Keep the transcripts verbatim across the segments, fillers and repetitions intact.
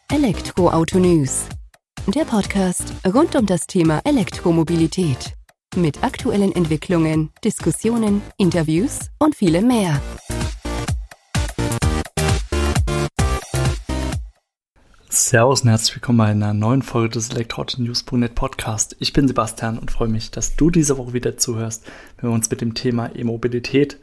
Elektroauto News, der Podcast rund um das Thema Elektromobilität. Mit aktuellen Entwicklungen, Diskussionen, Interviews und vielem mehr. Servus und herzlich willkommen bei einer neuen Folge des Elektroauto News Punkt net Podcast. Ich bin Sebastian und freue mich, dass du diese Woche wieder zuhörst, wenn wir uns mit dem Thema E-Mobilität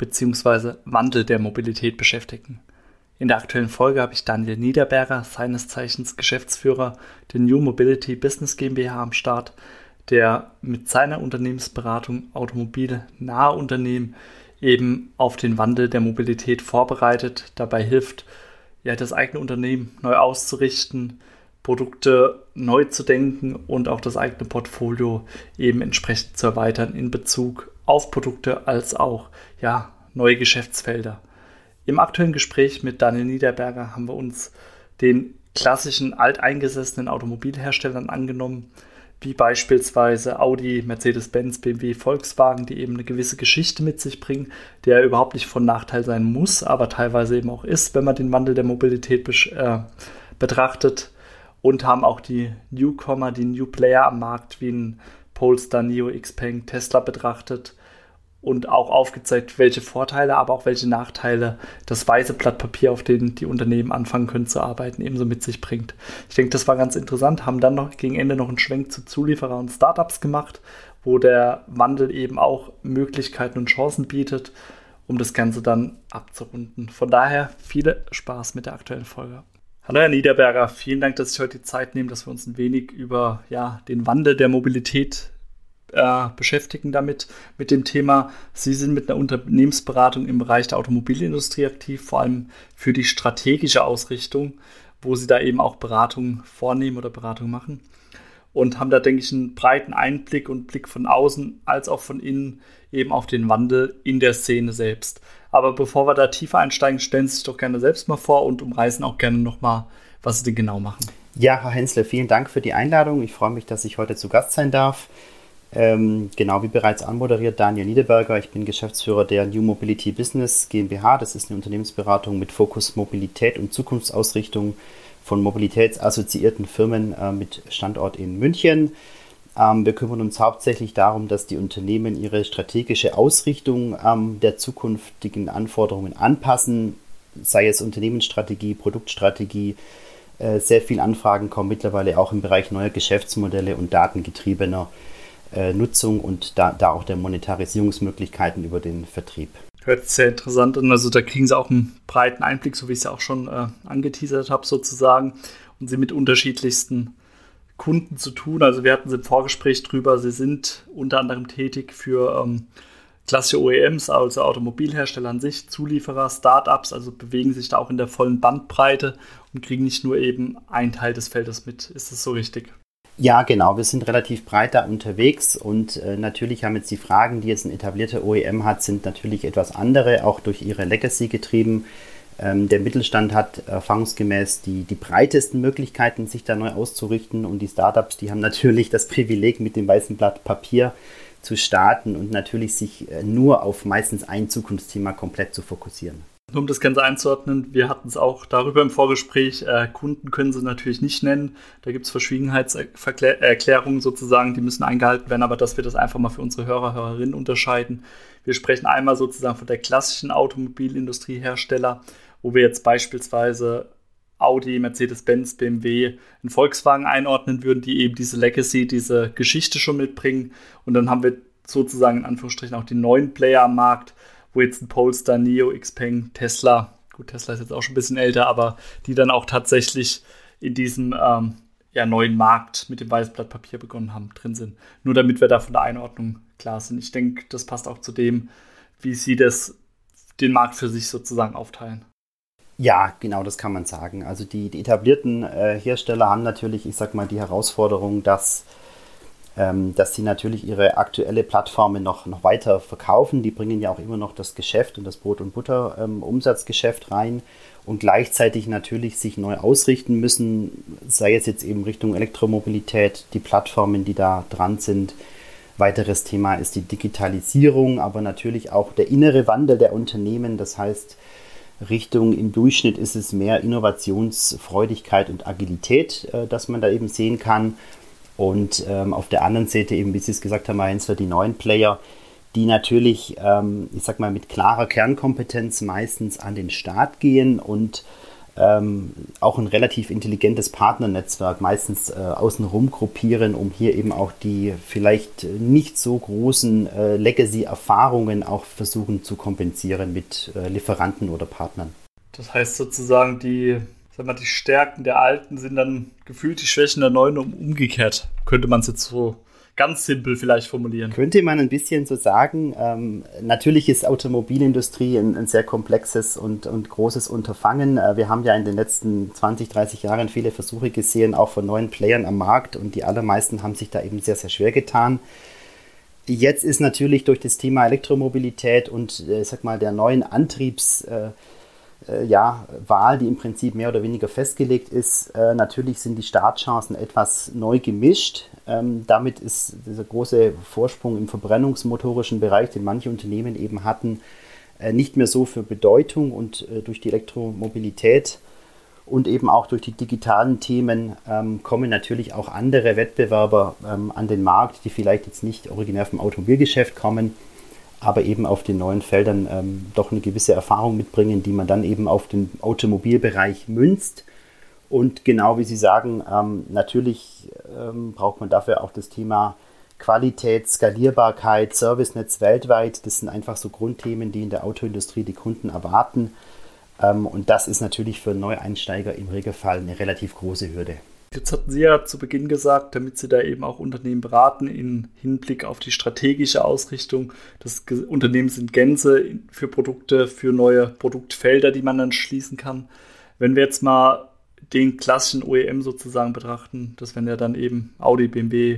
bzw. Wandel der Mobilität beschäftigen. In der aktuellen Folge habe ich Daniel Niederberger, seines Zeichens Geschäftsführer der New Mobility Business GmbH am Start, der mit seiner Unternehmensberatung automobilnahe Unternehmen eben auf den Wandel der Mobilität vorbereitet, dabei hilft, ja, das eigene Unternehmen neu auszurichten, Produkte neu zu denken und auch das eigene Portfolio eben entsprechend zu erweitern in Bezug auf Produkte als auch ja, neue Geschäftsfelder. Im aktuellen Gespräch mit Daniel Niederberger haben wir uns den klassischen alteingesessenen Automobilherstellern angenommen, wie beispielsweise Audi, Mercedes-Benz, B M W, Volkswagen, die eben eine gewisse Geschichte mit sich bringen, der überhaupt nicht von Nachteil sein muss, aber teilweise eben auch ist, wenn man den Wandel der Mobilität äh, betrachtet, und haben auch die Newcomer, die New Player am Markt wie ein Polestar, Nio, Xpeng, Tesla betrachtet und auch aufgezeigt, welche Vorteile, aber auch welche Nachteile das weiße Blatt Papier, auf dem die Unternehmen anfangen können zu arbeiten, ebenso mit sich bringt. Ich denke, das war ganz interessant, haben dann noch gegen Ende noch einen Schwenk zu Zulieferer und Startups gemacht, wo der Wandel eben auch Möglichkeiten und Chancen bietet, um das Ganze dann abzurunden. Von daher viel Spaß mit der aktuellen Folge. Hallo Herr Niederberger, vielen Dank, dass Sie heute die Zeit nehmen, dass wir uns ein wenig über ja, den Wandel der Mobilität äh, beschäftigen damit, mit dem Thema. Sie sind mit einer Unternehmensberatung im Bereich der Automobilindustrie aktiv, vor allem für die strategische Ausrichtung, wo Sie da eben auch Beratung vornehmen oder Beratung machen und haben da, denke ich, einen breiten Einblick und Blick von außen als auch von innen eben auf den Wandel in der Szene selbst. Aber bevor wir da tiefer einsteigen, stellen Sie sich doch gerne selbst mal vor und umreißen auch gerne nochmal, was Sie denn genau machen. Ja, Herr Hensle, vielen Dank für die Einladung. Ich freue mich, dass ich heute zu Gast sein darf. Ähm, genau wie bereits anmoderiert, Daniel Niederberger. Ich bin Geschäftsführer der New Mobility Business GmbH. Das ist eine Unternehmensberatung mit Fokus Mobilität und Zukunftsausrichtung von mobilitätsassoziierten Firmen äh, mit Standort in München. Ähm, wir kümmern uns hauptsächlich darum, dass die Unternehmen ihre strategische Ausrichtung ähm, der zukünftigen Anforderungen anpassen, sei es Unternehmensstrategie, Produktstrategie. Äh, sehr viele Anfragen kommen mittlerweile auch im Bereich neuer Geschäftsmodelle und datengetriebener äh, Nutzung und da, da auch der Monetarisierungsmöglichkeiten über den Vertrieb. Hört sich sehr interessant an. Also da kriegen Sie auch einen breiten Einblick, so wie ich es ja auch schon äh, angeteasert habe sozusagen, und Sie mit unterschiedlichsten Kunden zu tun. Also wir hatten es im Vorgespräch drüber, Sie sind unter anderem tätig für ähm, klassische O E Ms, also Automobilhersteller an sich, Zulieferer, Startups, also bewegen sich da auch in der vollen Bandbreite und kriegen nicht nur eben einen Teil des Feldes mit. Ist das so richtig? Ja, genau. Wir sind relativ breit da unterwegs und äh, natürlich haben jetzt die Fragen, die jetzt ein etablierter O E M hat, sind natürlich etwas andere, auch durch ihre Legacy getrieben. Ähm, der Mittelstand hat erfahrungsgemäß die, die breitesten Möglichkeiten, sich da neu auszurichten, und die Startups, die haben natürlich das Privileg, mit dem weißen Blatt Papier zu starten und natürlich sich äh, nur auf meistens ein Zukunftsthema komplett zu fokussieren. Nur um das Ganze einzuordnen, wir hatten es auch darüber im Vorgespräch, äh, Kunden können Sie natürlich nicht nennen, da gibt es Verschwiegenheitserklärungen sozusagen, die müssen eingehalten werden, aber dass wir das einfach mal für unsere Hörer, Hörerinnen unterscheiden. Wir sprechen einmal sozusagen von der klassischen Automobilindustriehersteller, wo wir jetzt beispielsweise Audi, Mercedes-Benz, B M W, einen Volkswagen einordnen würden, die eben diese Legacy, diese Geschichte schon mitbringen. Und dann haben wir sozusagen in Anführungsstrichen auch die neuen Player am Markt, wo jetzt ein Polestar, Nio, Xpeng, Tesla, gut, Tesla ist jetzt auch schon ein bisschen älter, aber die dann auch tatsächlich in diesem ähm, ja, neuen Markt mit dem weißen Blatt Papier begonnen haben, drin sind. Nur damit wir da von der Einordnung klar sind. Ich denke, das passt auch zu dem, wie Sie das, den Markt für sich sozusagen aufteilen. Ja, genau, das kann man sagen. Also die, die etablierten äh, Hersteller haben natürlich, ich sag mal, die Herausforderung, dass Ähm, dass sie natürlich ihre aktuelle Plattformen noch, noch weiter verkaufen. Die bringen ja auch immer noch das Geschäft und das Brot- und Butter-Umsatzgeschäft ähm, rein und gleichzeitig natürlich sich neu ausrichten müssen, sei es jetzt eben Richtung Elektromobilität, die Plattformen, die da dran sind. Weiteres Thema ist die Digitalisierung, aber natürlich auch der innere Wandel der Unternehmen. Das heißt, Richtung, im Durchschnitt ist es mehr Innovationsfreudigkeit und Agilität, äh, dass man da eben sehen kann. Und ähm, auf der anderen Seite eben, wie Sie es gesagt haben, Herr Hensler, die neuen Player, die natürlich, ähm, ich sag mal, mit klarer Kernkompetenz meistens an den Start gehen und ähm, auch ein relativ intelligentes Partnernetzwerk meistens äh, außenrum gruppieren, um hier eben auch die vielleicht nicht so großen äh, Legacy-Erfahrungen auch versuchen zu kompensieren mit äh, Lieferanten oder Partnern. Das heißt sozusagen, die, sag mal, die Stärken der Alten sind dann gefühlt die Schwächen der Neuen, um umgekehrt, könnte man es jetzt so ganz simpel vielleicht formulieren. Könnte man ein bisschen so sagen. Ähm, natürlich ist Automobilindustrie ein, ein sehr komplexes und, und großes Unterfangen. Äh, wir haben ja in den letzten zwanzig, dreißig Jahren viele Versuche gesehen, auch von neuen Playern am Markt, und die allermeisten haben sich da eben sehr, sehr schwer getan. Jetzt ist natürlich durch das Thema Elektromobilität und äh, ich sag mal der neuen Antriebs äh, äh, ja, Wahl, die im Prinzip mehr oder weniger festgelegt ist, äh, natürlich sind die Startchancen etwas neu gemischt. Ähm, damit ist dieser große Vorsprung im verbrennungsmotorischen Bereich, den manche Unternehmen eben hatten, äh, nicht mehr so für Bedeutung, und äh, durch die Elektromobilität und eben auch durch die digitalen Themen ähm, kommen natürlich auch andere Wettbewerber ähm, an den Markt, die vielleicht jetzt nicht originär vom Automobilgeschäft kommen, aber eben auf den neuen Feldern ähm, doch eine gewisse Erfahrung mitbringen, die man dann eben auf den Automobilbereich münzt. Und genau wie Sie sagen, ähm, natürlich ähm, braucht man dafür auch das Thema Qualität, Skalierbarkeit, Servicenetz weltweit. Das sind einfach so Grundthemen, die in der Autoindustrie die Kunden erwarten. Ähm, und das ist natürlich für Neueinsteiger im Regelfall eine relativ große Hürde. Jetzt hatten Sie ja zu Beginn gesagt, damit Sie da eben auch Unternehmen beraten im Hinblick auf die strategische Ausrichtung des Unternehmens in Gänze für Produkte, für neue Produktfelder, die man dann schließen kann. Wenn wir jetzt mal den klassischen O E M sozusagen betrachten, das wären ja dann eben Audi, B M W,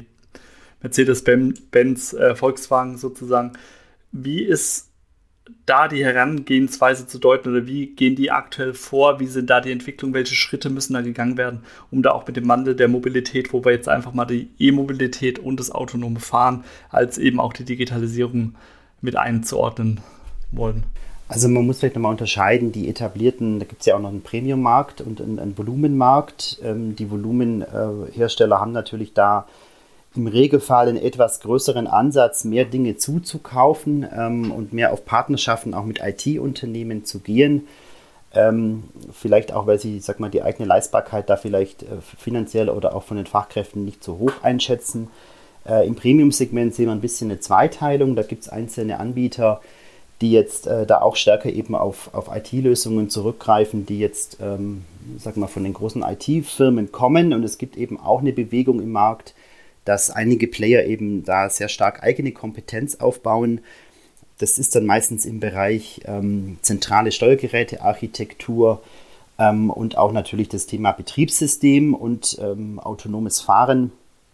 Mercedes-Benz, äh, Volkswagen sozusagen. Wie ist da die Herangehensweise zu deuten, oder wie gehen die aktuell vor? Wie sind da die Entwicklungen? Welche Schritte müssen da gegangen werden, um da auch mit dem Wandel der Mobilität, wo wir jetzt einfach mal die E-Mobilität und das autonome Fahren als eben auch die Digitalisierung mit einzuordnen wollen? Also man muss vielleicht nochmal unterscheiden, die etablierten, da gibt es ja auch noch einen Premium-Markt und einen, einen Volumenmarkt. Ähm, die Volumenhersteller haben natürlich da im Regelfall einen etwas größeren Ansatz, mehr Dinge zuzukaufen ähm, und mehr auf Partnerschaften auch mit I T-Unternehmen zu gehen. Ähm, vielleicht auch, weil sie, sag mal, die eigene Leistbarkeit da vielleicht äh, finanziell oder auch von den Fachkräften nicht so hoch einschätzen. Äh, Im Premium-Segment sehen wir ein bisschen eine Zweiteilung. Da gibt es einzelne Anbieter, die jetzt äh, da auch stärker eben auf, auf I T-Lösungen zurückgreifen, die jetzt, ähm, sag mal, von den großen I T-Firmen kommen. Und es gibt eben auch eine Bewegung im Markt, dass einige Player eben da sehr stark eigene Kompetenz aufbauen. Das ist dann meistens im Bereich ähm, zentrale Steuergerätearchitektur ähm, und auch natürlich das Thema Betriebssystem und ähm, autonomes Fahren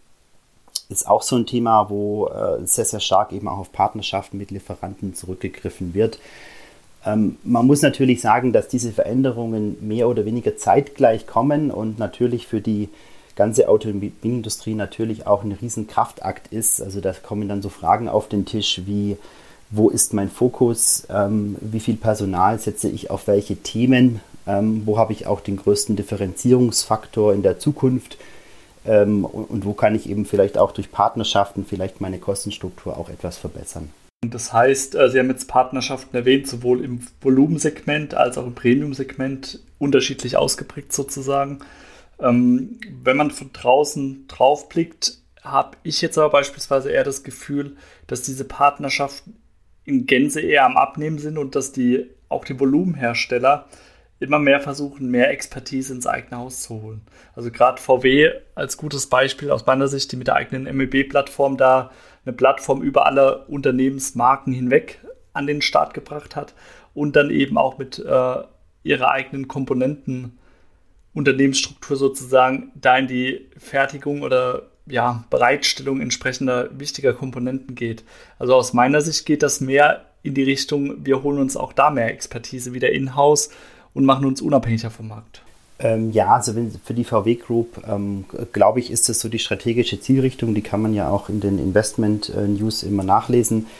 ist auch so ein Thema, wo äh, sehr, sehr stark eben auch auf Partnerschaften mit Lieferanten zurückgegriffen wird. Ähm, man muss natürlich sagen, dass diese Veränderungen mehr oder weniger zeitgleich kommen und natürlich für die ganze Automobilindustrie natürlich auch ein riesen Kraftakt ist. Also da kommen dann so Fragen auf den Tisch wie, wo ist mein Fokus, ähm, wie viel Personal setze ich auf welche Themen, ähm, wo habe ich auch den größten Differenzierungsfaktor in der Zukunft ähm, und, und wo kann ich eben vielleicht auch durch Partnerschaften vielleicht meine Kostenstruktur auch etwas verbessern. Das heißt, Sie haben jetzt Partnerschaften erwähnt, sowohl im Volumensegment als auch im Premium-Segment unterschiedlich ausgeprägt sozusagen. Ähm, wenn man von draußen drauf blickt, habe ich jetzt aber beispielsweise eher das Gefühl, dass diese Partnerschaften in Gänze eher am Abnehmen sind und dass die auch die Volumenhersteller immer mehr versuchen, mehr Expertise ins eigene Haus zu holen. Also gerade V W als gutes Beispiel aus meiner Sicht, die mit der eigenen M E B-Plattform da eine Plattform über alle Unternehmensmarken hinweg an den Start gebracht hat und dann eben auch mit äh, ihrer eigenen Komponenten Unternehmensstruktur sozusagen da in die Fertigung oder ja, Bereitstellung entsprechender wichtiger Komponenten geht. Also aus meiner Sicht geht das mehr in die Richtung, wir holen uns auch da mehr Expertise wieder in-house und machen uns unabhängiger vom Markt. Ähm, ja, also wenn, für die V W Group, ähm, glaube ich, ist das so die strategische Zielrichtung, die kann man ja auch in den Investment-News immer nachlesen.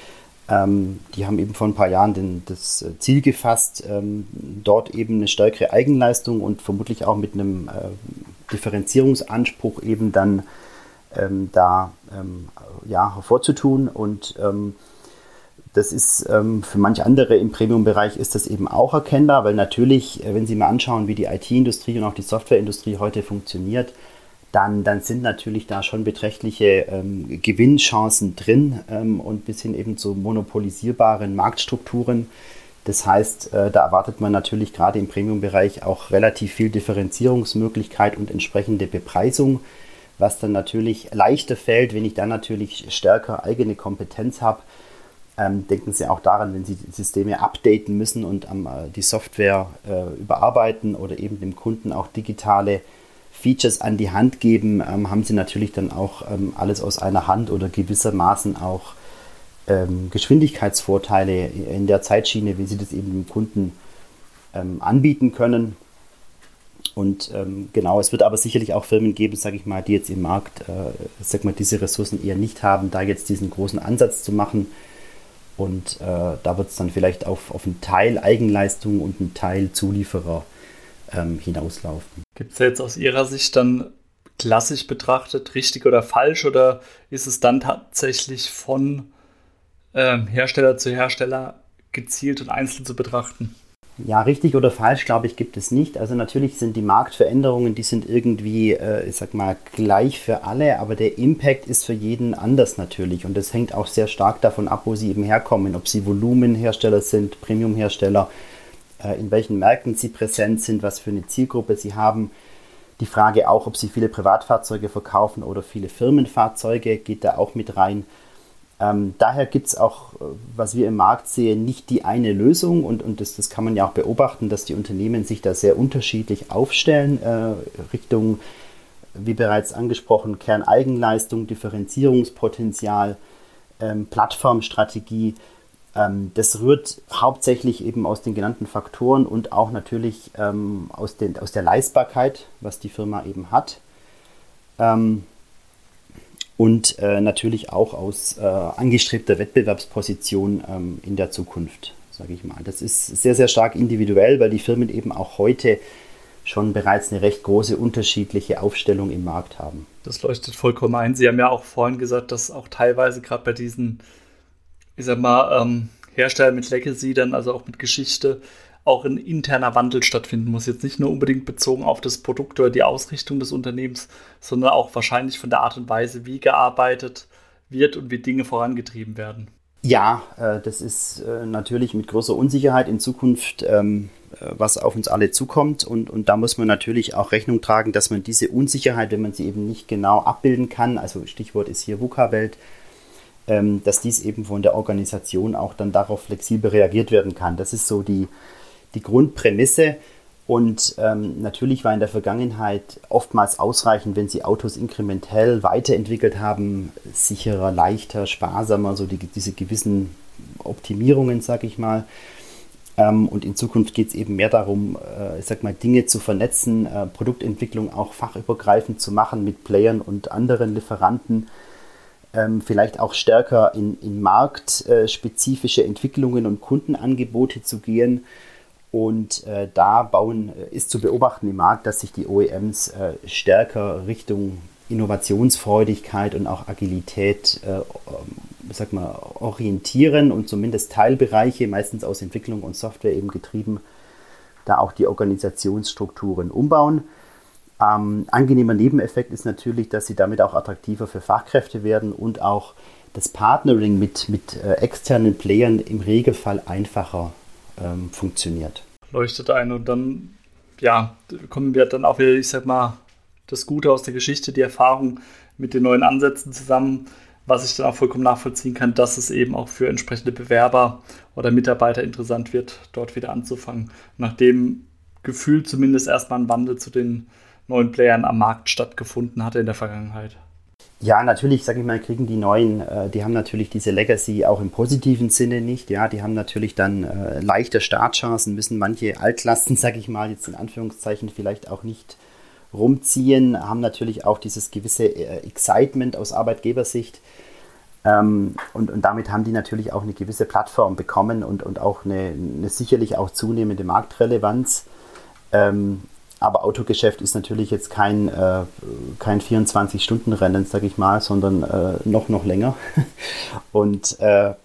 Ähm, die haben eben vor ein paar Jahren den, das Ziel gefasst, ähm, dort eben eine stärkere Eigenleistung und vermutlich auch mit einem äh, Differenzierungsanspruch eben dann ähm, da ähm, ja, hervorzutun. Und ähm, das ist ähm, für manche andere im Premium-Bereich ist das eben auch erkennbar, weil natürlich, äh, wenn Sie mal anschauen, wie die I T-Industrie und auch die Softwareindustrie heute funktioniert, Dann, dann sind natürlich da schon beträchtliche ähm, Gewinnchancen drin ähm, und bis hin eben zu monopolisierbaren Marktstrukturen. Das heißt, äh, da erwartet man natürlich gerade im Premium-Bereich auch relativ viel Differenzierungsmöglichkeit und entsprechende Bepreisung, was dann natürlich leichter fällt, wenn ich dann natürlich stärker eigene Kompetenz habe. Ähm, denken Sie auch daran, wenn Sie die Systeme updaten müssen und ähm, die Software äh, überarbeiten oder eben dem Kunden auch digitale Features an die Hand geben, ähm, haben Sie natürlich dann auch ähm, alles aus einer Hand oder gewissermaßen auch ähm, Geschwindigkeitsvorteile in der Zeitschiene, wie Sie das eben dem Kunden ähm, anbieten können. Und ähm, genau, es wird aber sicherlich auch Firmen geben, sage ich mal, die jetzt im Markt, äh, sag mal, diese Ressourcen eher nicht haben, da jetzt diesen großen Ansatz zu machen. Und äh, da wird es dann vielleicht auf, auf einen Teil Eigenleistung und einen Teil Zulieferer ähm, hinauslaufen. Gibt es jetzt aus Ihrer Sicht dann klassisch betrachtet richtig oder falsch, oder ist es dann tatsächlich von ähm, Hersteller zu Hersteller gezielt und einzeln zu betrachten? Ja, richtig oder falsch, glaube ich, gibt es nicht. Also natürlich sind die Marktveränderungen, die sind irgendwie, äh, ich sag mal, gleich für alle, aber der Impact ist für jeden anders natürlich. Und das hängt auch sehr stark davon ab, wo sie eben herkommen, ob sie Volumenhersteller sind, Premiumhersteller, äh, in welchen Märkten sie präsent sind, was für eine Zielgruppe sie haben. Die Frage auch, ob sie viele Privatfahrzeuge verkaufen oder viele Firmenfahrzeuge, geht da auch mit rein. Ähm, daher gibt es auch, was wir im Markt sehen, nicht die eine Lösung, und, und das, das kann man ja auch beobachten, dass die Unternehmen sich da sehr unterschiedlich aufstellen, äh, Richtung, wie bereits angesprochen, Kerneigenleistung, Differenzierungspotenzial, ähm, Plattformstrategie. Ähm, das rührt hauptsächlich eben aus den genannten Faktoren und auch natürlich ähm, aus, den, aus der Leistbarkeit, was die Firma eben hat. Ähm, Und äh, natürlich auch aus äh, angestrebter Wettbewerbsposition ähm, in der Zukunft, sage ich mal. Das ist sehr, sehr stark individuell, weil die Firmen eben auch heute schon bereits eine recht große unterschiedliche Aufstellung im Markt haben. Das leuchtet vollkommen ein. Sie haben ja auch vorhin gesagt, dass auch teilweise gerade bei diesen, ich sag mal, ähm, Herstellern mit Legacy, dann also auch mit Geschichte, auch ein interner Wandel stattfinden muss. Jetzt nicht nur unbedingt bezogen auf das Produkt oder die Ausrichtung des Unternehmens, sondern auch wahrscheinlich von der Art und Weise, wie gearbeitet wird und wie Dinge vorangetrieben werden. Ja, äh, das ist äh, natürlich mit großer Unsicherheit in Zukunft, ähm, was auf uns alle zukommt. Und, und da muss man natürlich auch Rechnung tragen, dass man diese Unsicherheit, wenn man sie eben nicht genau abbilden kann, also Stichwort ist hier VUCA-Welt, ähm, dass dies eben von der Organisation auch dann darauf flexibel reagiert werden kann. Das ist so die Die Grundprämisse, und ähm, natürlich war in der Vergangenheit oftmals ausreichend, wenn sie Autos inkrementell weiterentwickelt haben, sicherer, leichter, sparsamer, so die, diese gewissen Optimierungen, sag ich mal. Ähm, und in Zukunft geht es eben mehr darum, äh, ich sag mal, Dinge zu vernetzen, äh, Produktentwicklung auch fachübergreifend zu machen mit Playern und anderen Lieferanten. Ähm, vielleicht auch stärker in, in marktspezifische Entwicklungen und Kundenangebote zu gehen. Und äh, da bauen, äh, ist zu beobachten im Markt, dass sich die O E Ms äh, stärker Richtung Innovationsfreudigkeit und auch Agilität äh, sag mal, orientieren und zumindest Teilbereiche, meistens aus Entwicklung und Software eben getrieben, da auch die Organisationsstrukturen umbauen. Ähm, angenehmer Nebeneffekt ist natürlich, dass sie damit auch attraktiver für Fachkräfte werden und auch das Partnering mit, mit äh, externen Playern im Regelfall einfacher ähm, funktioniert. Leuchtet ein, und dann ja, kommen wir dann auch wieder, ich sag mal, das Gute aus der Geschichte, die Erfahrung mit den neuen Ansätzen zusammen, was ich dann auch vollkommen nachvollziehen kann, dass es eben auch für entsprechende Bewerber oder Mitarbeiter interessant wird, dort wieder anzufangen. Nachdem gefühlt zumindest erstmal ein Wandel zu den neuen Playern am Markt stattgefunden hatte in der Vergangenheit. Ja, natürlich, sage ich mal, kriegen die Neuen, äh, die haben natürlich diese Legacy auch im positiven Sinne nicht. Ja, die haben natürlich dann äh, leichte Startchancen, müssen manche Altlasten, sage ich mal, jetzt in Anführungszeichen vielleicht auch nicht rumziehen, haben natürlich auch dieses gewisse äh, Excitement aus Arbeitgebersicht. Ähm, und, und damit haben die natürlich auch eine gewisse Plattform bekommen und, und auch eine, eine sicherlich auch zunehmende Marktrelevanz. Ähm, aber Autogeschäft ist natürlich jetzt kein, äh, kein vierundzwanzig-Stunden-Rennen, sage ich mal, sondern äh, noch, noch länger. Und äh,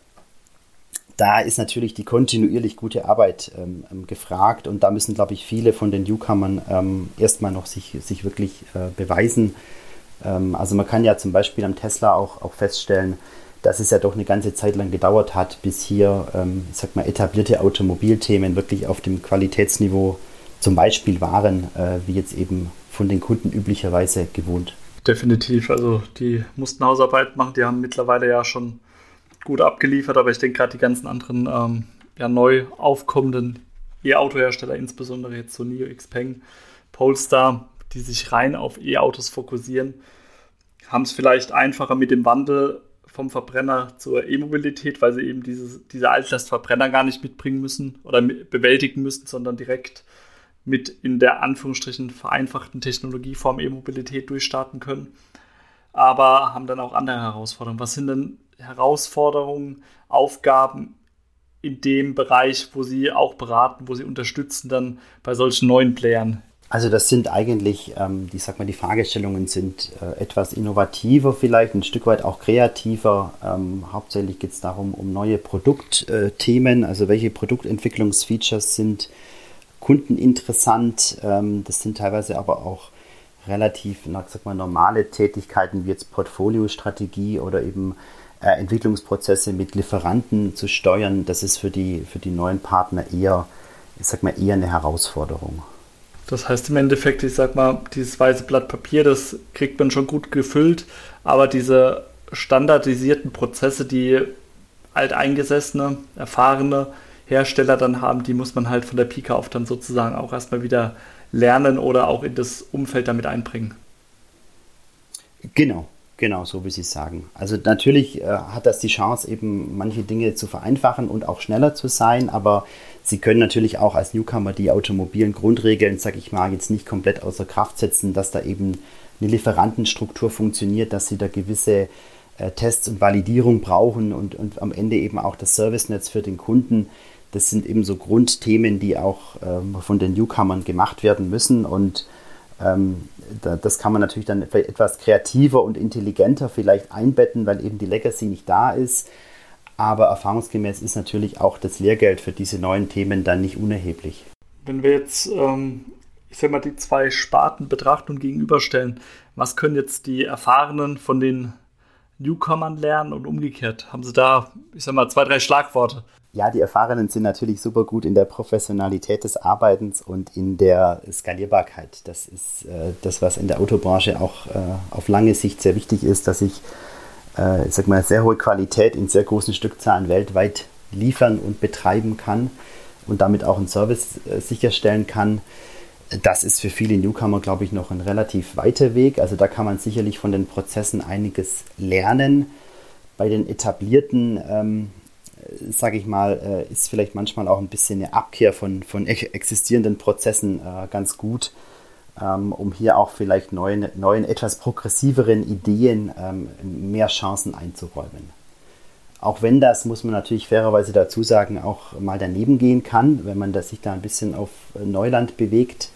da ist natürlich die kontinuierlich gute Arbeit ähm, gefragt und da müssen, glaube ich, viele von den Newcomern ähm, erstmal noch sich, sich wirklich äh, beweisen. Ähm, also man kann ja zum Beispiel am Tesla auch, auch feststellen, dass es ja doch eine ganze Zeit lang gedauert hat, bis hier, ähm, ich sag mal, etablierte Automobilthemen wirklich auf dem Qualitätsniveau zum Beispiel waren, äh, wie jetzt eben von den Kunden üblicherweise gewohnt. Definitiv, also die mussten Hausarbeit machen, die haben mittlerweile ja schon gut abgeliefert, aber ich denke gerade die ganzen anderen ähm, ja, neu aufkommenden E-Auto-Hersteller, insbesondere jetzt so NIO, Xpeng, Polestar, die sich rein auf E-Autos fokussieren, haben es vielleicht einfacher mit dem Wandel vom Verbrenner zur E-Mobilität, weil sie eben diese, diese Altlastverbrenner gar nicht mitbringen müssen oder mit, bewältigen müssen, sondern direkt mit in der Anführungsstrichen vereinfachten Technologieform E-Mobilität durchstarten können, aber haben dann auch andere Herausforderungen. Was sind denn Herausforderungen, Aufgaben in dem Bereich, wo Sie auch beraten, wo Sie unterstützen dann bei solchen neuen Playern? Also das sind eigentlich, ähm, ich sag mal, die Fragestellungen sind äh, etwas innovativer vielleicht, ein Stück weit auch kreativer. Ähm, hauptsächlich geht es darum, um neue Produktthemen, also welche Produktentwicklungsfeatures sind kundeninteressant. Ähm, das sind teilweise aber auch relativ, na, sag mal, normale Tätigkeiten wie jetzt Portfoliostrategie oder eben äh, Entwicklungsprozesse mit Lieferanten zu steuern. Das ist für die, für die neuen Partner eher, ich sag mal, eher eine Herausforderung. Das heißt im Endeffekt, ich sag mal, dieses weiße Blatt Papier, das kriegt man schon gut gefüllt, aber diese standardisierten Prozesse, die alteingesessene, erfahrene Hersteller dann haben, die muss man halt von der Pike auf dann sozusagen auch erstmal wieder lernen oder auch in das Umfeld damit einbringen. Genau, genau, so wie Sie sagen. Also natürlich äh, hat das die Chance, eben manche Dinge zu vereinfachen und auch schneller zu sein, aber Sie können natürlich auch als Newcomer die automobilen Grundregeln, sag ich mal, jetzt nicht komplett außer Kraft setzen, dass da eben eine Lieferantenstruktur funktioniert, dass Sie da gewisse äh, Tests und Validierung brauchen und, und am Ende eben auch das Servicenetz für den Kunden. Das sind eben so Grundthemen, die auch ähm, von den Newcomern gemacht werden müssen und ähm, da, das kann man natürlich dann vielleicht etwas kreativer und intelligenter vielleicht einbetten, weil eben die Legacy nicht da ist. Aber erfahrungsgemäß ist natürlich auch das Lehrgeld für diese neuen Themen dann nicht unerheblich. Wenn wir jetzt, ähm, ich sag mal, die zwei Sparten betrachten und gegenüberstellen, was können jetzt die Erfahrenen von den Newcomern lernen und umgekehrt? Haben Sie da, ich sag mal, zwei, drei Schlagworte? Ja, die Erfahrenen sind natürlich super gut in der Professionalität des Arbeitens und in der Skalierbarkeit. Das ist äh, das, was in der Autobranche auch äh, auf lange Sicht sehr wichtig ist, dass ich, äh, ich sag mal, sehr hohe Qualität in sehr großen Stückzahlen weltweit liefern und betreiben kann und damit auch einen Service äh, sicherstellen kann. Das ist für viele Newcomer, glaube ich, noch ein relativ weiter Weg. Also da kann man sicherlich von den Prozessen einiges lernen. Bei den etablierten ähm, sage ich mal, ist vielleicht manchmal auch ein bisschen eine Abkehr von, von existierenden Prozessen äh, ganz gut, ähm, um hier auch vielleicht neuen, neuen, etwas progressiveren Ideen ähm, mehr Chancen einzuräumen. Auch wenn das, muss man natürlich fairerweise dazu sagen, auch mal daneben gehen kann, wenn man das sich da ein bisschen auf Neuland bewegt.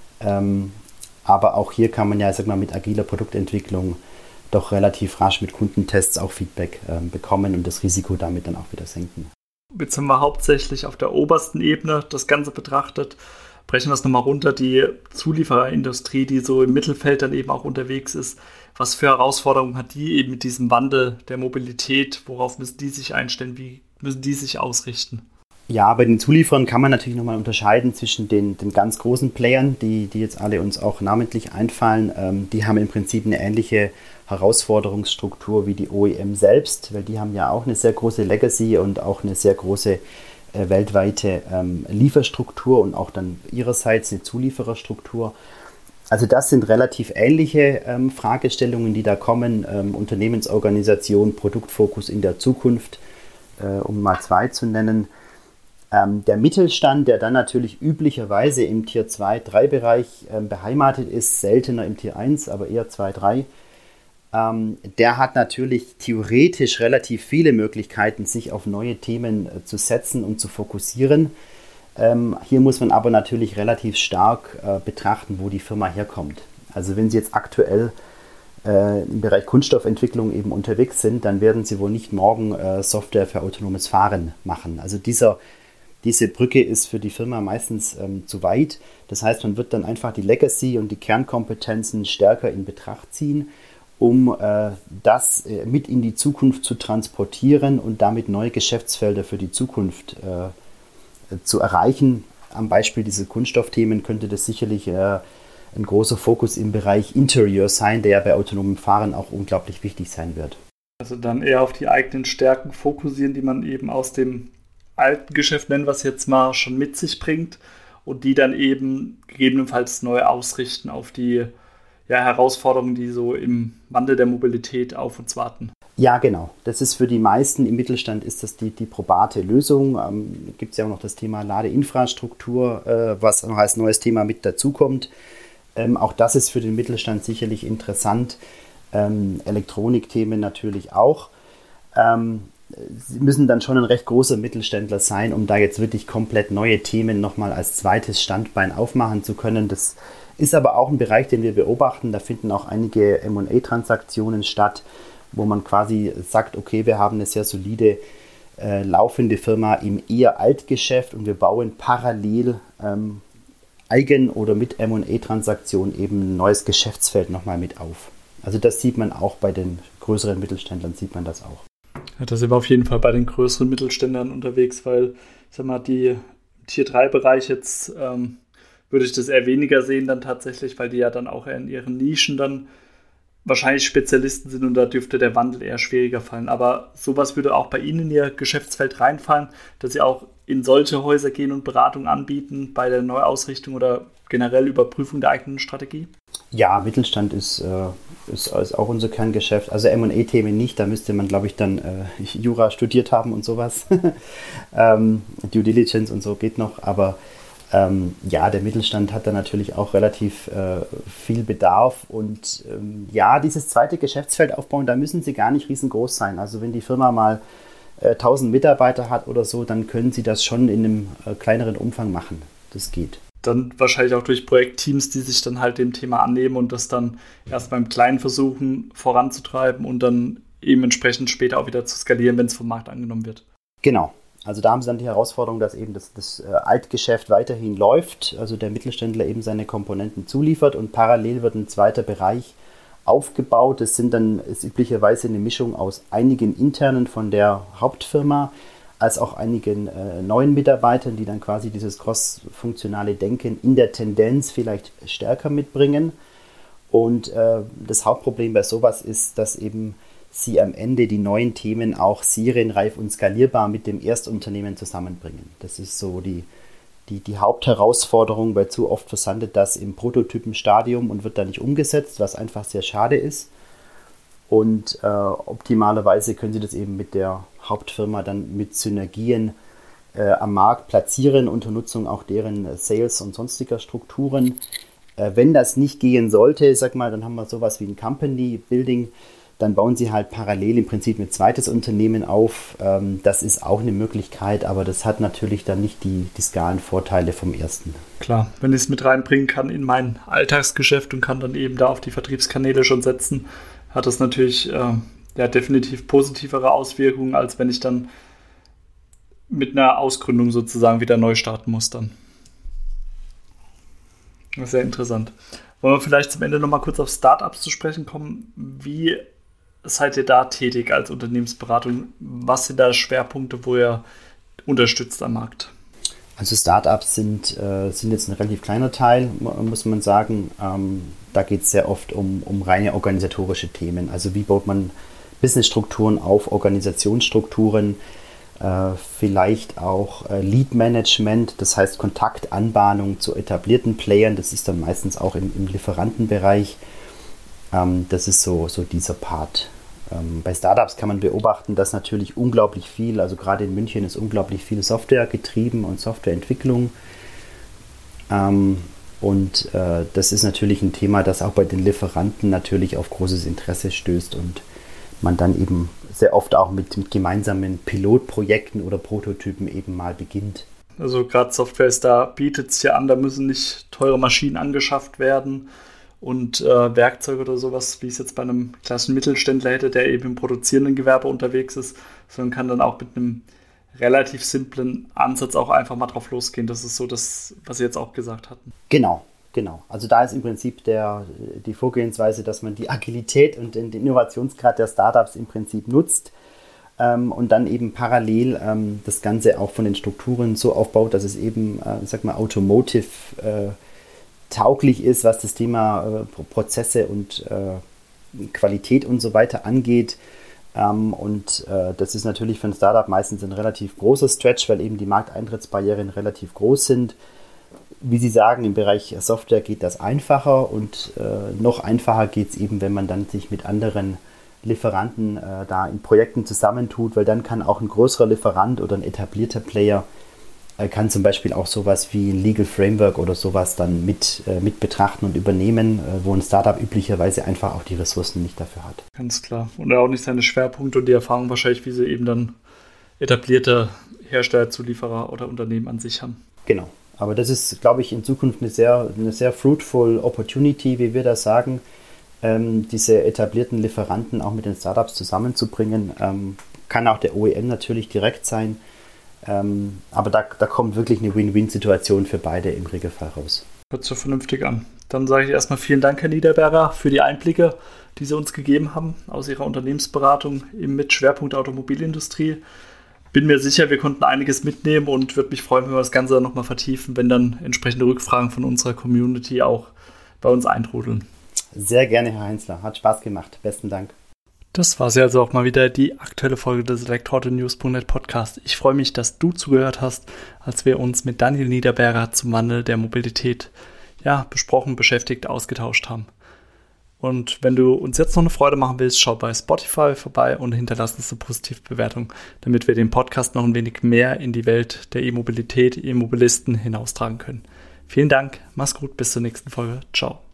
Ähm, aber auch hier kann man ja, sag mal, mit agiler Produktentwicklung doch relativ rasch mit Kundentests auch Feedback äh, bekommen und das Risiko damit dann auch wieder senken. Jetzt haben wir hauptsächlich auf der obersten Ebene das Ganze betrachtet. Brechen wir es nochmal runter, die Zuliefererindustrie, die so im Mittelfeld dann eben auch unterwegs ist. Was für Herausforderungen hat die eben mit diesem Wandel der Mobilität? Worauf müssen die sich einstellen? Wie müssen die sich ausrichten? Ja, bei den Zulieferern kann man natürlich nochmal unterscheiden zwischen den, den ganz großen Playern, die, die jetzt alle uns auch namentlich einfallen. Ähm, die haben im Prinzip eine ähnliche Herausforderungsstruktur wie die O E M selbst, weil die haben ja auch eine sehr große Legacy und auch eine sehr große äh, weltweite ähm, Lieferstruktur und auch dann ihrerseits eine Zuliefererstruktur. Also das sind relativ ähnliche ähm, Fragestellungen, die da kommen. Ähm, Unternehmensorganisation, Produktfokus in der Zukunft, äh, um mal zwei zu nennen. Ähm, der Mittelstand, der dann natürlich üblicherweise im Tier zwei, drei Bereich ähm, beheimatet ist, seltener im Tier eins, aber eher zwei, drei, ähm, der hat natürlich theoretisch relativ viele Möglichkeiten, sich auf neue Themen äh, zu setzen und zu fokussieren. Ähm, hier muss man aber natürlich relativ stark äh, betrachten, wo die Firma herkommt. Also wenn Sie jetzt aktuell äh, im Bereich Kunststoffentwicklung eben unterwegs sind, dann werden Sie wohl nicht morgen äh, Software für autonomes Fahren machen. Also dieser Diese Brücke ist für die Firma meistens ähm, zu weit. Das heißt, man wird dann einfach die Legacy und die Kernkompetenzen stärker in Betracht ziehen, um äh, das äh, mit in die Zukunft zu transportieren und damit neue Geschäftsfelder für die Zukunft äh, zu erreichen. Am Beispiel dieser Kunststoffthemen könnte das sicherlich äh, ein großer Fokus im Bereich Interior sein, der ja bei autonomem Fahren auch unglaublich wichtig sein wird. Also dann eher auf die eigenen Stärken fokussieren, die man eben aus dem alten Geschäft, nennen wir es jetzt mal, schon mit sich bringt und die dann eben gegebenenfalls neu ausrichten auf die ja, Herausforderungen, die so im Wandel der Mobilität auf uns warten. Ja, genau. Das ist für die meisten im Mittelstand ist das die, die probate Lösung. Ähm, gibt es ja auch noch das Thema Ladeinfrastruktur, äh, was noch als neues Thema mit dazukommt. Ähm, auch das ist für den Mittelstand sicherlich interessant. Ähm, Elektronikthemen natürlich auch. Ähm, Sie müssen dann schon ein recht großer Mittelständler sein, um da jetzt wirklich komplett neue Themen nochmal als zweites Standbein aufmachen zu können. Das ist aber auch ein Bereich, den wir beobachten. Da finden auch einige M und A-Transaktionen statt, wo man quasi sagt, okay, wir haben eine sehr solide äh, laufende Firma im eher Altgeschäft und wir bauen parallel ähm, eigen oder mit M und A-Transaktionen eben ein neues Geschäftsfeld nochmal mit auf. Also das sieht man auch bei den größeren Mittelständlern, sieht man das auch. Ja, da sind wir auf jeden Fall bei den größeren Mittelständlern unterwegs, weil, ich sag mal, die Tier drei Bereich jetzt ähm, würde ich das eher weniger sehen dann tatsächlich, weil die ja dann auch eher in ihren Nischen dann wahrscheinlich Spezialisten sind und da dürfte der Wandel eher schwieriger fallen. Aber sowas würde auch bei Ihnen in Ihr Geschäftsfeld reinfallen, dass Sie auch in solche Häuser gehen und Beratung anbieten bei der Neuausrichtung oder generell Überprüfung der eigenen Strategie? Ja, Mittelstand ist, äh, ist, ist auch unser Kerngeschäft. Also M und A-Themen nicht, da müsste man, glaube ich, dann äh, Jura studiert haben und sowas. ähm, Due Diligence und so geht noch, aber ähm, ja, der Mittelstand hat da natürlich auch relativ äh, viel Bedarf und ähm, ja, dieses zweite Geschäftsfeld aufbauen, da müssen sie gar nicht riesengroß sein. Also wenn die Firma mal äh, tausend Mitarbeiter hat oder so, dann können sie das schon in einem äh, kleineren Umfang machen. Das geht. Dann wahrscheinlich auch durch Projektteams, die sich dann halt dem Thema annehmen und das dann erst beim Kleinen versuchen voranzutreiben und dann eben entsprechend später auch wieder zu skalieren, wenn es vom Markt angenommen wird. Genau. Also da haben sie dann die Herausforderung, dass eben das, das äh, Altgeschäft weiterhin läuft, also der Mittelständler eben seine Komponenten zuliefert und parallel wird ein zweiter Bereich aufgebaut. Das sind dann ist üblicherweise eine Mischung aus einigen internen von der Hauptfirma, als auch einigen äh, neuen Mitarbeitern, die dann quasi dieses cross-funktionale Denken in der Tendenz vielleicht stärker mitbringen. Und äh, das Hauptproblem bei sowas ist, dass eben sie am Ende die neuen Themen auch serienreif und skalierbar mit dem Erstunternehmen zusammenbringen. Das ist so die, die, die Hauptherausforderung, weil zu oft versandet das im Prototypenstadium und wird da nicht umgesetzt, was einfach sehr schade ist. Und äh, optimalerweise können Sie das eben mit der Hauptfirma dann mit Synergien äh, am Markt platzieren, unter Nutzung auch deren äh, Sales- und sonstiger Strukturen. Äh, wenn das nicht gehen sollte, sag mal, dann haben wir sowas wie ein Company Building, dann bauen Sie halt parallel im Prinzip ein zweites Unternehmen auf. Ähm, das ist auch eine Möglichkeit, aber das hat natürlich dann nicht die, die Skalenvorteile vom ersten. Klar, wenn ich es mit reinbringen kann in mein Alltagsgeschäft und kann dann eben da auf die Vertriebskanäle schon setzen, hat das natürlich äh, ja, definitiv positivere Auswirkungen, als wenn ich dann mit einer Ausgründung sozusagen wieder neu starten muss dann. Das ist sehr interessant. Wollen wir vielleicht zum Ende nochmal kurz auf Startups zu sprechen kommen? Wie seid ihr da tätig als Unternehmensberatung? Was sind da Schwerpunkte, wo ihr unterstützt am Markt? Also Startups sind, äh, sind jetzt ein relativ kleiner Teil, muss man sagen. Ähm, da geht es sehr oft um, um reine organisatorische Themen. Also wie baut man Businessstrukturen auf, Organisationsstrukturen, äh, vielleicht auch äh, Lead-Management, das heißt Kontaktanbahnung zu etablierten Playern. Das ist dann meistens auch im, im Lieferantenbereich. Ähm, das ist so, so dieser Part. Ähm, bei Startups kann man beobachten, dass natürlich unglaublich viel, also gerade in München ist unglaublich viel Software getrieben und Softwareentwicklung. Ähm, Und äh, das ist natürlich ein Thema, das auch bei den Lieferanten natürlich auf großes Interesse stößt und man dann eben sehr oft auch mit, mit gemeinsamen Pilotprojekten oder Prototypen eben mal beginnt. Also gerade Software ist da, bietet es ja an, da müssen nicht teure Maschinen angeschafft werden und äh, Werkzeuge oder sowas, wie es jetzt bei einem klassischen Mittelständler hätte, der eben im produzierenden Gewerbe unterwegs ist, sondern kann dann auch mit einem relativ simplen Ansatz auch einfach mal drauf losgehen. Das ist so das, was Sie jetzt auch gesagt hatten. Genau, genau. Also da ist im Prinzip der, die Vorgehensweise, dass man die Agilität und den Innovationsgrad der Startups im Prinzip nutzt ähm, und dann eben parallel ähm, das Ganze auch von den Strukturen so aufbaut, dass es eben, äh, sag mal, automotive äh, tauglich ist, was das Thema äh, Prozesse und äh, Qualität und so weiter angeht. Um, und äh, das ist natürlich für ein Startup meistens ein relativ großer Stretch, weil eben die Markteintrittsbarrieren relativ groß sind. Wie Sie sagen, im Bereich Software geht das einfacher und äh, noch einfacher geht es eben, wenn man dann sich mit anderen Lieferanten äh, da in Projekten zusammentut, weil dann kann auch ein größerer Lieferant oder ein etablierter Player äh, kann zum Beispiel auch sowas wie ein Legal Framework oder sowas dann mit, äh, mit betrachten und übernehmen, äh, wo ein Startup üblicherweise einfach auch die Ressourcen nicht dafür hat. Ganz klar. Und auch nicht seine Schwerpunkte und die Erfahrung wahrscheinlich, wie sie eben dann etablierte Hersteller, Zulieferer oder Unternehmen an sich haben. Genau. Aber das ist, glaube ich, in Zukunft eine sehr, eine sehr fruitful Opportunity, wie wir das sagen, ähm, diese etablierten Lieferanten auch mit den Startups zusammenzubringen. Ähm, kann auch der O E M natürlich direkt sein. Ähm, aber da, da kommt wirklich eine Win-Win-Situation für beide im Regelfall raus. Hört sich vernünftig an. Dann sage ich erstmal vielen Dank, Herr Niederberger, für die Einblicke, die Sie uns gegeben haben aus Ihrer Unternehmensberatung eben mit Schwerpunkt Automobilindustrie. Bin mir sicher, wir konnten einiges mitnehmen und würde mich freuen, wenn wir das Ganze dann nochmal vertiefen, wenn dann entsprechende Rückfragen von unserer Community auch bei uns eintrudeln. Sehr gerne, Herr Heinzler. Hat Spaß gemacht. Besten Dank. Das war sie also auch mal wieder, die aktuelle Folge des Elektroauto-News punkt net Podcast. Ich freue mich, dass du zugehört hast, als wir uns mit Daniel Niederberger zum Wandel der Mobilität ja, besprochen, beschäftigt, ausgetauscht haben. Und wenn du uns jetzt noch eine Freude machen willst, schau bei Spotify vorbei und hinterlass uns eine positive Bewertung, damit wir den Podcast noch ein wenig mehr in die Welt der E-Mobilität, E-Mobilisten hinaustragen können. Vielen Dank, mach's gut, bis zur nächsten Folge. Ciao.